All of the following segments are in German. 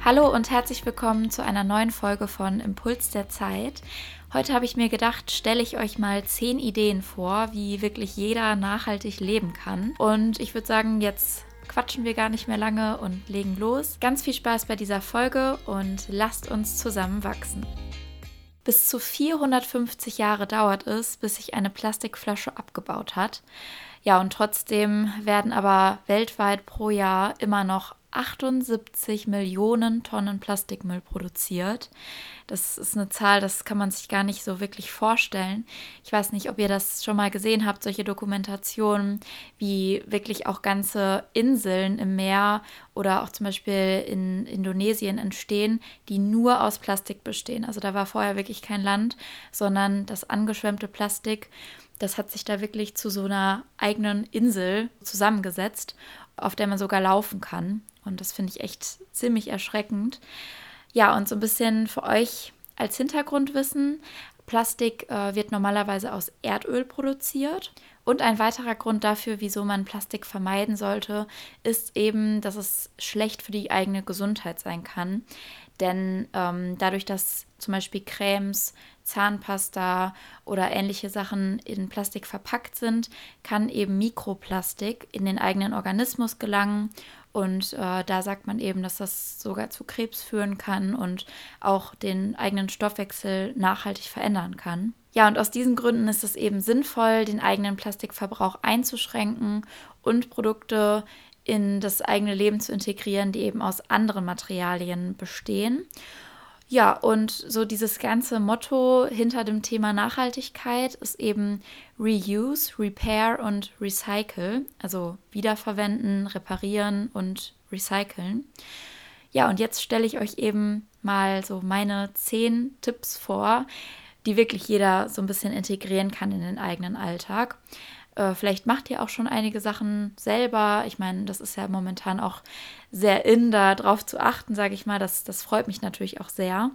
Hallo und herzlich willkommen zu einer neuen Folge von Impuls der Zeit. Heute habe ich mir gedacht, stelle ich euch mal 10 Ideen vor, wie wirklich jeder nachhaltig leben kann. Und ich würde sagen, jetzt quatschen wir gar nicht mehr lange und legen los. Ganz viel Spaß bei dieser Folge und lasst uns zusammen wachsen. Bis zu 450 Jahre dauert es, bis sich eine Plastikflasche abgebaut hat. Ja, und trotzdem werden aber weltweit pro Jahr immer noch 78 Millionen Tonnen Plastikmüll produziert. Das ist eine Zahl, das kann man sich gar nicht so wirklich vorstellen. Ich weiß nicht, ob ihr das schon mal gesehen habt, solche Dokumentationen, wie wirklich auch ganze Inseln im Meer oder auch zum Beispiel in Indonesien entstehen, die nur aus Plastik bestehen. Also da war vorher wirklich kein Land, sondern das angeschwemmte Plastik. Das hat sich da wirklich zu so einer eigenen Insel zusammengesetzt, auf der man sogar laufen kann. Und das finde ich echt ziemlich erschreckend. Ja, und so ein bisschen für euch als Hintergrundwissen: Plastik wird normalerweise aus Erdöl produziert. Und ein weiterer Grund dafür, wieso man Plastik vermeiden sollte, ist eben, dass es schlecht für die eigene Gesundheit sein kann. Denn dadurch, dass zum Beispiel Cremes, Zahnpasta oder ähnliche Sachen in Plastik verpackt sind, kann eben Mikroplastik in den eigenen Organismus gelangen. Und da sagt man eben, dass das sogar zu Krebs führen kann und auch den eigenen Stoffwechsel nachhaltig verändern kann. Ja, und aus diesen Gründen ist es eben sinnvoll, den eigenen Plastikverbrauch einzuschränken und Produkte in das eigene Leben zu integrieren, die eben aus anderen Materialien bestehen. Ja, und so dieses ganze Motto hinter dem Thema Nachhaltigkeit ist eben Reuse, Repair und Recycle, also wiederverwenden, reparieren und recyceln. Ja, und jetzt stelle ich euch eben mal so meine 10 Tipps vor, die wirklich jeder so ein bisschen integrieren kann in den eigenen Alltag. Vielleicht macht ihr auch schon einige Sachen selber. Ich meine, das ist ja momentan auch sehr in, da drauf zu achten, sage ich mal. Das freut mich natürlich auch sehr.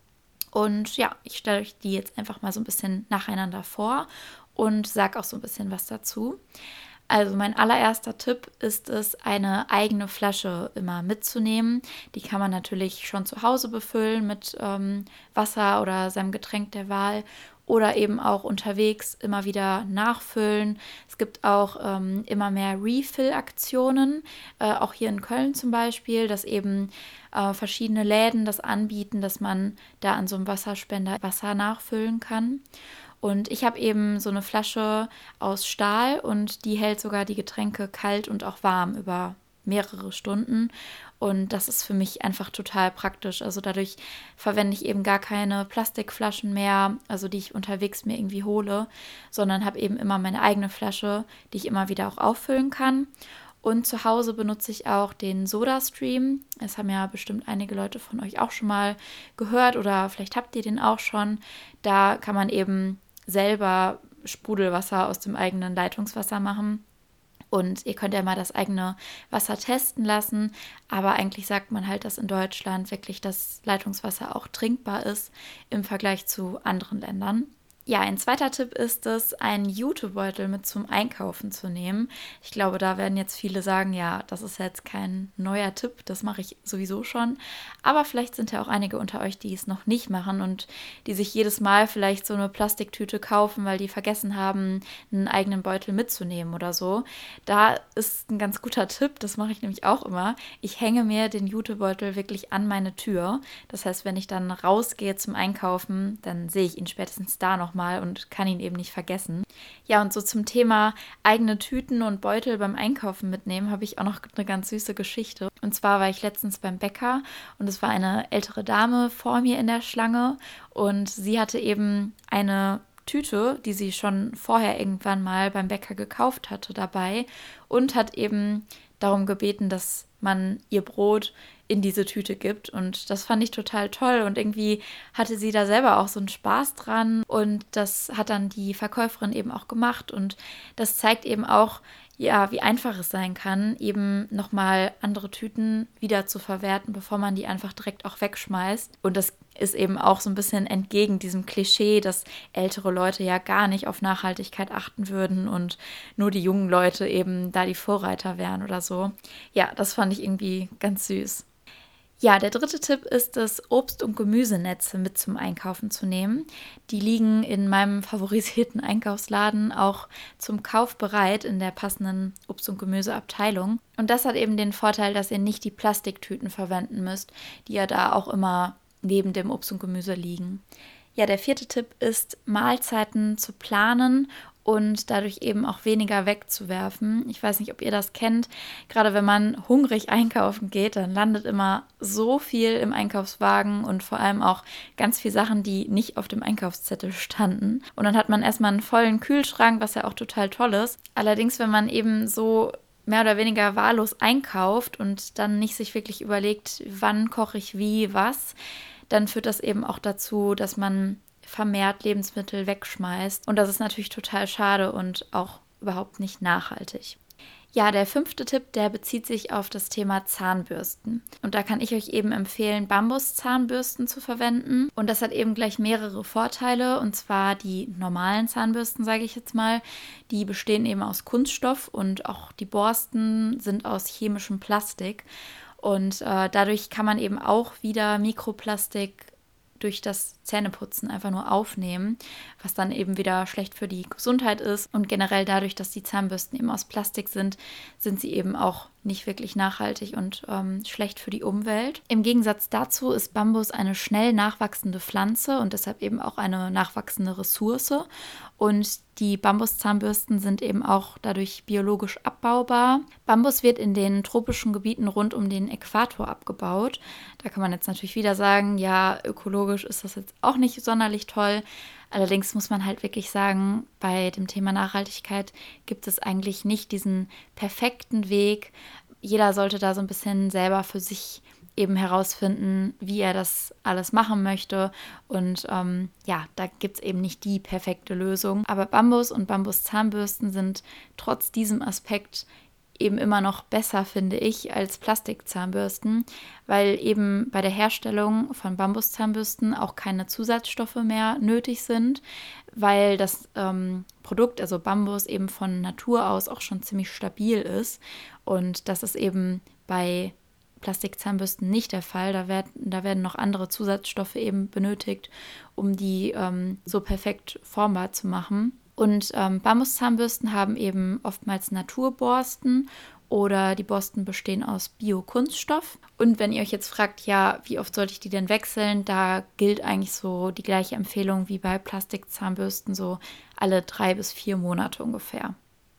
Und ja, ich stelle euch die jetzt einfach mal so ein bisschen nacheinander vor und sage auch so ein bisschen was dazu. Also mein allererster Tipp ist es, eine eigene Flasche immer mitzunehmen. Die kann man natürlich schon zu Hause befüllen mit Wasser oder seinem Getränk der Wahl oder eben auch unterwegs immer wieder nachfüllen. Es gibt auch immer mehr Refill-Aktionen, auch hier in Köln zum Beispiel, dass eben verschiedene Läden das anbieten, dass man da an so einem Wasserspender Wasser nachfüllen kann. Und ich habe eben so eine Flasche aus Stahl und die hält sogar die Getränke kalt und auch warm über mehrere Stunden. Und das ist für mich einfach total praktisch. Also dadurch verwende ich eben gar keine Plastikflaschen mehr, also die ich unterwegs mir irgendwie hole, sondern habe eben immer meine eigene Flasche, die ich immer wieder auch auffüllen kann. Und zu Hause benutze ich auch den SodaStream. Das haben ja bestimmt einige Leute von euch auch schon mal gehört oder vielleicht habt ihr den auch schon. Da kann man eben selber Sprudelwasser aus dem eigenen Leitungswasser machen. Und ihr könnt ja mal das eigene Wasser testen lassen. Aber eigentlich sagt man halt, dass in Deutschland wirklich das Leitungswasser auch trinkbar ist im Vergleich zu anderen Ländern. Ja, ein zweiter Tipp ist es, einen Jutebeutel mit zum Einkaufen zu nehmen. Ich glaube, da werden jetzt viele sagen, ja, das ist jetzt kein neuer Tipp, das mache ich sowieso schon. Aber vielleicht sind ja auch einige unter euch, die es noch nicht machen und die sich jedes Mal vielleicht so eine Plastiktüte kaufen, weil die vergessen haben, einen eigenen Beutel mitzunehmen oder so. Da ist ein ganz guter Tipp, das mache ich nämlich auch immer. Ich hänge mir den Jutebeutel wirklich an meine Tür. Das heißt, wenn ich dann rausgehe zum Einkaufen, dann sehe ich ihn spätestens da noch mal und kann ihn eben nicht vergessen. Ja, und so zum Thema eigene Tüten und Beutel beim Einkaufen mitnehmen, habe ich auch noch eine ganz süße Geschichte. Und zwar war ich letztens beim Bäcker und es war eine ältere Dame vor mir in der Schlange und sie hatte eben eine Tüte, die sie schon vorher irgendwann mal beim Bäcker gekauft hatte, dabei und hat eben darum gebeten, dass man ihr Brot in diese Tüte gibt. Und das fand ich total toll. Und irgendwie hatte sie da selber auch so einen Spaß dran. Und das hat dann die Verkäuferin eben auch gemacht. Und das zeigt eben auch, ja, wie einfach es sein kann, eben nochmal andere Tüten wieder zu verwerten, bevor man die einfach direkt auch wegschmeißt. Und das ist eben auch so ein bisschen entgegen diesem Klischee, dass ältere Leute ja gar nicht auf Nachhaltigkeit achten würden und nur die jungen Leute eben da die Vorreiter wären oder so. Ja, das fand ich irgendwie ganz süß. Ja, der dritte Tipp ist es, Obst- und Gemüsenetze mit zum Einkaufen zu nehmen. Die liegen in meinem favorisierten Einkaufsladen auch zum Kauf bereit in der passenden Obst- und Gemüseabteilung. Und das hat eben den Vorteil, dass ihr nicht die Plastiktüten verwenden müsst, die ja da auch immer neben dem Obst und Gemüse liegen. Ja, der vierte Tipp ist, Mahlzeiten zu planen und dadurch eben auch weniger wegzuwerfen. Ich weiß nicht, ob ihr das kennt. Gerade wenn man hungrig einkaufen geht, dann landet immer so viel im Einkaufswagen und vor allem auch ganz viele Sachen, die nicht auf dem Einkaufszettel standen. Und dann hat man erstmal einen vollen Kühlschrank, was ja auch total toll ist. Allerdings, wenn man eben so mehr oder weniger wahllos einkauft und dann nicht sich wirklich überlegt, wann koche ich wie, was, dann führt das eben auch dazu, dass man vermehrt Lebensmittel wegschmeißt. Und das ist natürlich total schade und auch überhaupt nicht nachhaltig. Ja, der fünfte Tipp, der bezieht sich auf das Thema Zahnbürsten. Und da kann ich euch eben empfehlen, Bambus-Zahnbürsten zu verwenden. Und das hat eben gleich mehrere Vorteile. Und zwar die normalen Zahnbürsten, sage ich jetzt mal, die bestehen eben aus Kunststoff und auch die Borsten sind aus chemischem Plastik. Und dadurch kann man eben auch wieder Mikroplastik durch das Zähneputzen einfach nur aufnehmen, was dann eben wieder schlecht für die Gesundheit ist. Und generell dadurch, dass die Zahnbürsten eben aus Plastik sind, sind sie eben auch nicht wirklich nachhaltig und schlecht für die Umwelt. Im Gegensatz dazu ist Bambus eine schnell nachwachsende Pflanze und deshalb eben auch eine nachwachsende Ressource. Und die Bambuszahnbürsten sind eben auch dadurch biologisch abbaubar. Bambus wird in den tropischen Gebieten rund um den Äquator abgebaut. Da kann man jetzt natürlich wieder sagen, ja, ökologisch ist das jetzt auch nicht sonderlich toll. Allerdings muss man halt wirklich sagen, bei dem Thema Nachhaltigkeit gibt es eigentlich nicht diesen perfekten Weg. Jeder sollte da so ein bisschen selber für sich eben herausfinden, wie er das alles machen möchte. Und ja, da gibt es eben nicht die perfekte Lösung. Aber Bambus und Bambuszahnbürsten sind trotz diesem Aspekt eben immer noch besser, finde ich, als Plastikzahnbürsten, weil eben bei der Herstellung von Bambuszahnbürsten auch keine Zusatzstoffe mehr nötig sind, weil das Produkt, also Bambus, eben von Natur aus auch schon ziemlich stabil ist. Und das ist eben bei Plastikzahnbürsten nicht der Fall. Da werden noch andere Zusatzstoffe eben benötigt, um die so perfekt formbar zu machen. Und Bambuszahnbürsten haben eben oftmals Naturborsten oder die Borsten bestehen aus Biokunststoff. Und wenn ihr euch jetzt fragt, ja, wie oft sollte ich die denn wechseln, da gilt eigentlich so die gleiche Empfehlung wie bei Plastikzahnbürsten, so alle 3 bis 4 Monate ungefähr.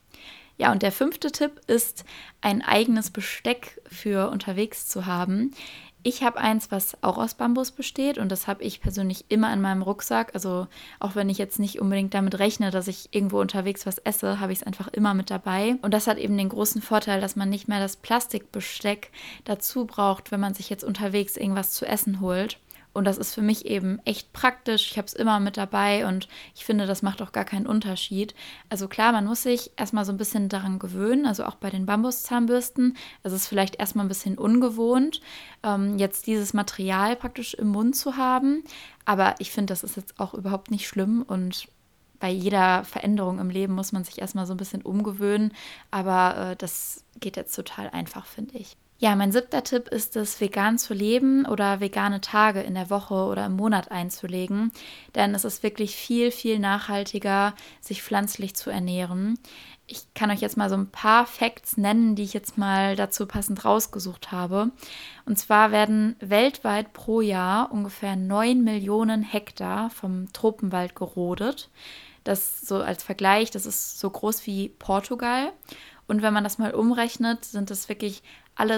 Ja, und der fünfte Tipp ist, ein eigenes Besteck für unterwegs zu haben. Ich habe eins, was auch aus Bambus besteht und das habe ich persönlich immer in meinem Rucksack. Also auch wenn ich jetzt nicht unbedingt damit rechne, dass ich irgendwo unterwegs was esse, habe ich es einfach immer mit dabei. Und das hat eben den großen Vorteil, dass man nicht mehr das Plastikbesteck dazu braucht, wenn man sich jetzt unterwegs irgendwas zu essen holt. Und das ist für mich eben echt praktisch. Ich habe es immer mit dabei und ich finde, das macht auch gar keinen Unterschied. Also klar, man muss sich erstmal so ein bisschen daran gewöhnen, also auch bei den Bambuszahnbürsten. Es ist vielleicht erstmal ein bisschen ungewohnt, jetzt dieses Material praktisch im Mund zu haben. Aber ich finde, das ist jetzt auch überhaupt nicht schlimm und bei jeder Veränderung im Leben muss man sich erstmal so ein bisschen umgewöhnen. Aber das geht jetzt total einfach, finde ich. Ja, mein 7. Tipp ist es, vegan zu leben oder vegane Tage in der Woche oder im Monat einzulegen. Denn es ist wirklich viel, viel nachhaltiger, sich pflanzlich zu ernähren. Ich kann euch jetzt mal so ein paar Facts nennen, die ich jetzt mal dazu passend rausgesucht habe. Und zwar werden weltweit pro Jahr ungefähr 9 Millionen Hektar vom Tropenwald gerodet. Das so als Vergleich, das ist so groß wie Portugal. Und wenn man das mal umrechnet, sind es wirklich alle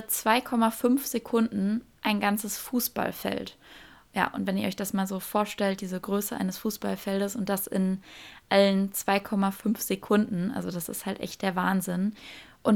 2,5 Sekunden ein ganzes Fußballfeld. Ja, und wenn ihr euch das mal so vorstellt, diese Größe eines Fußballfeldes und das in allen 2,5 Sekunden, also das ist halt echt der Wahnsinn. Und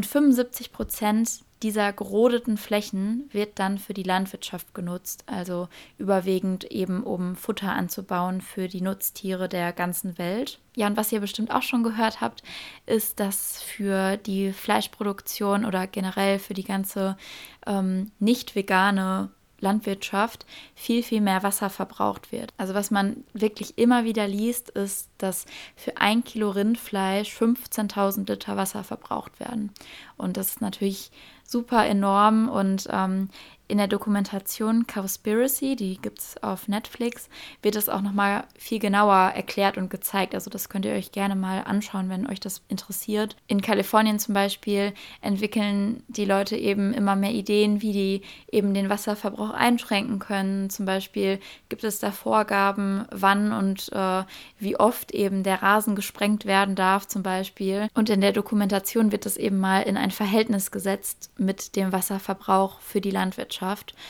75% dieser gerodeten Flächen wird dann für die Landwirtschaft genutzt, also überwiegend eben um Futter anzubauen für die Nutztiere der ganzen Welt. Ja, und was ihr bestimmt auch schon gehört habt, ist, dass für die Fleischproduktion oder generell für die ganze nicht vegane Landwirtschaft viel, viel mehr Wasser verbraucht wird. Also was man wirklich immer wieder liest, ist, dass für 1 Kilo Rindfleisch 15.000 Liter Wasser verbraucht werden. Und das ist natürlich super enorm und in der Dokumentation Cowspiracy, die gibt es auf Netflix, wird das auch nochmal viel genauer erklärt und gezeigt. Also das könnt ihr euch gerne mal anschauen, wenn euch das interessiert. In Kalifornien zum Beispiel entwickeln die Leute eben immer mehr Ideen, wie die eben den Wasserverbrauch einschränken können. Zum Beispiel gibt es da Vorgaben, wann und wie oft eben der Rasen gesprengt werden darf zum Beispiel. Und in der Dokumentation wird das eben mal in ein Verhältnis gesetzt mit dem Wasserverbrauch für die Landwirtschaft.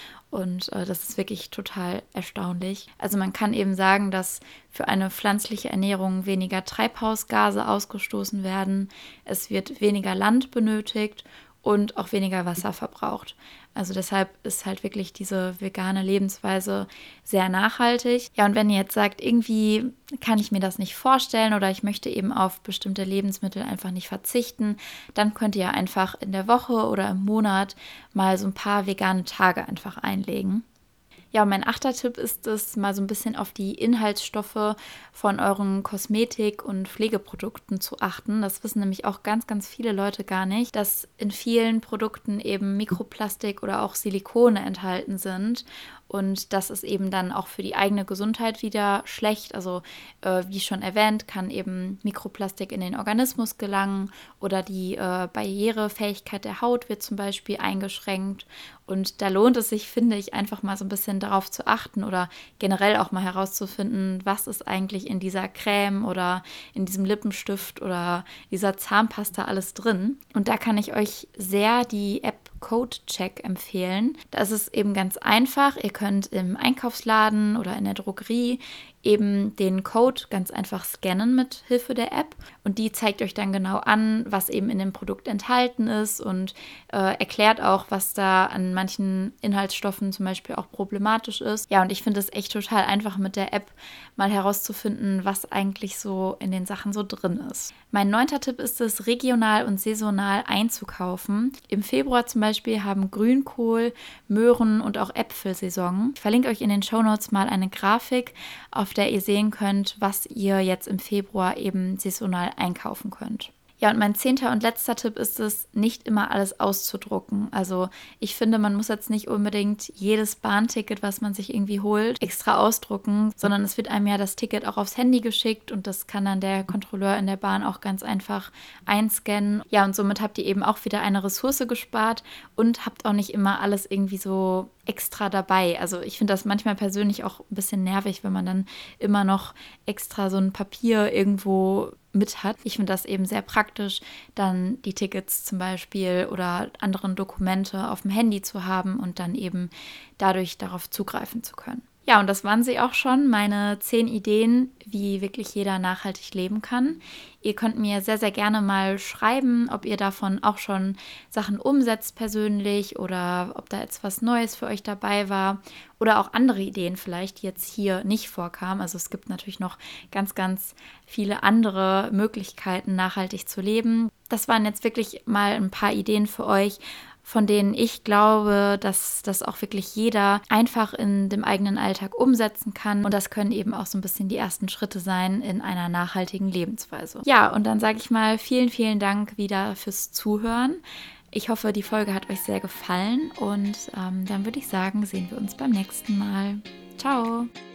Und das ist wirklich total erstaunlich. Also man kann eben sagen, dass für eine pflanzliche Ernährung weniger Treibhausgase ausgestoßen werden, es wird weniger Land benötigt und auch weniger Wasser verbraucht. Also deshalb ist halt wirklich diese vegane Lebensweise sehr nachhaltig. Ja, und wenn ihr jetzt sagt, irgendwie kann ich mir das nicht vorstellen oder ich möchte eben auf bestimmte Lebensmittel einfach nicht verzichten, dann könnt ihr einfach in der Woche oder im Monat mal so ein paar vegane Tage einfach einlegen. Ja, und mein 8. Tipp ist es, mal so ein bisschen auf die Inhaltsstoffe von euren Kosmetik- und Pflegeprodukten zu achten. Das wissen nämlich auch ganz, ganz viele Leute gar nicht, dass in vielen Produkten eben Mikroplastik oder auch Silikone enthalten sind. Und das ist eben dann auch für die eigene Gesundheit wieder schlecht. Also wie schon erwähnt, kann eben Mikroplastik in den Organismus gelangen oder die Barrierefähigkeit der Haut wird zum Beispiel eingeschränkt. Und da lohnt es sich, finde ich, einfach mal so ein bisschen darauf zu achten oder generell auch mal herauszufinden, was ist eigentlich in dieser Creme oder in diesem Lippenstift oder dieser Zahnpasta alles drin. Und da kann ich euch sehr die App Code-Check empfehlen. Das ist eben ganz einfach. Ihr könnt im Einkaufsladen oder in der Drogerie eben den Code ganz einfach scannen mit Hilfe der App und die zeigt euch dann genau an, was eben in dem Produkt enthalten ist und erklärt auch, was da an manchen Inhaltsstoffen zum Beispiel auch problematisch ist. Ja, und ich finde es echt total einfach mit der App mal herauszufinden, was eigentlich so in den Sachen so drin ist. Mein 9. Tipp ist es, regional und saisonal einzukaufen. Im Februar zum Beispiel haben Grünkohl, Möhren und auch Äpfel Saison. Ich verlinke euch in den Shownotes mal eine Grafik, auf der ihr sehen könnt, was ihr jetzt im Februar eben saisonal einkaufen könnt. Ja, und mein 10. und letzter Tipp ist es, nicht immer alles auszudrucken. Also ich finde, man muss jetzt nicht unbedingt jedes Bahnticket, was man sich irgendwie holt, extra ausdrucken, sondern es wird einem ja das Ticket auch aufs Handy geschickt und das kann dann der Kontrolleur in der Bahn auch ganz einfach einscannen. Ja, und somit habt ihr eben auch wieder eine Ressource gespart und habt auch nicht immer alles irgendwie so extra dabei. Also ich finde das manchmal persönlich auch ein bisschen nervig, wenn man dann immer noch extra so ein Papier irgendwo mit hat. Ich finde das eben sehr praktisch, dann die Tickets zum Beispiel oder anderen Dokumente auf dem Handy zu haben und dann eben dadurch darauf zugreifen zu können. Ja, und das waren sie auch schon, meine 10 Ideen, wie wirklich jeder nachhaltig leben kann. Ihr könnt mir sehr, sehr gerne mal schreiben, ob ihr davon auch schon Sachen umsetzt persönlich oder ob da jetzt was Neues für euch dabei war oder auch andere Ideen vielleicht, die jetzt hier nicht vorkamen. Also es gibt natürlich noch ganz, ganz viele andere Möglichkeiten, nachhaltig zu leben. Das waren jetzt wirklich mal ein paar Ideen für euch, von denen ich glaube, dass das auch wirklich jeder einfach in dem eigenen Alltag umsetzen kann. Und das können eben auch so ein bisschen die ersten Schritte sein in einer nachhaltigen Lebensweise. Ja, und dann sage ich mal vielen, vielen Dank wieder fürs Zuhören. Ich hoffe, die Folge hat euch sehr gefallen und dann würde ich sagen, sehen wir uns beim nächsten Mal. Ciao!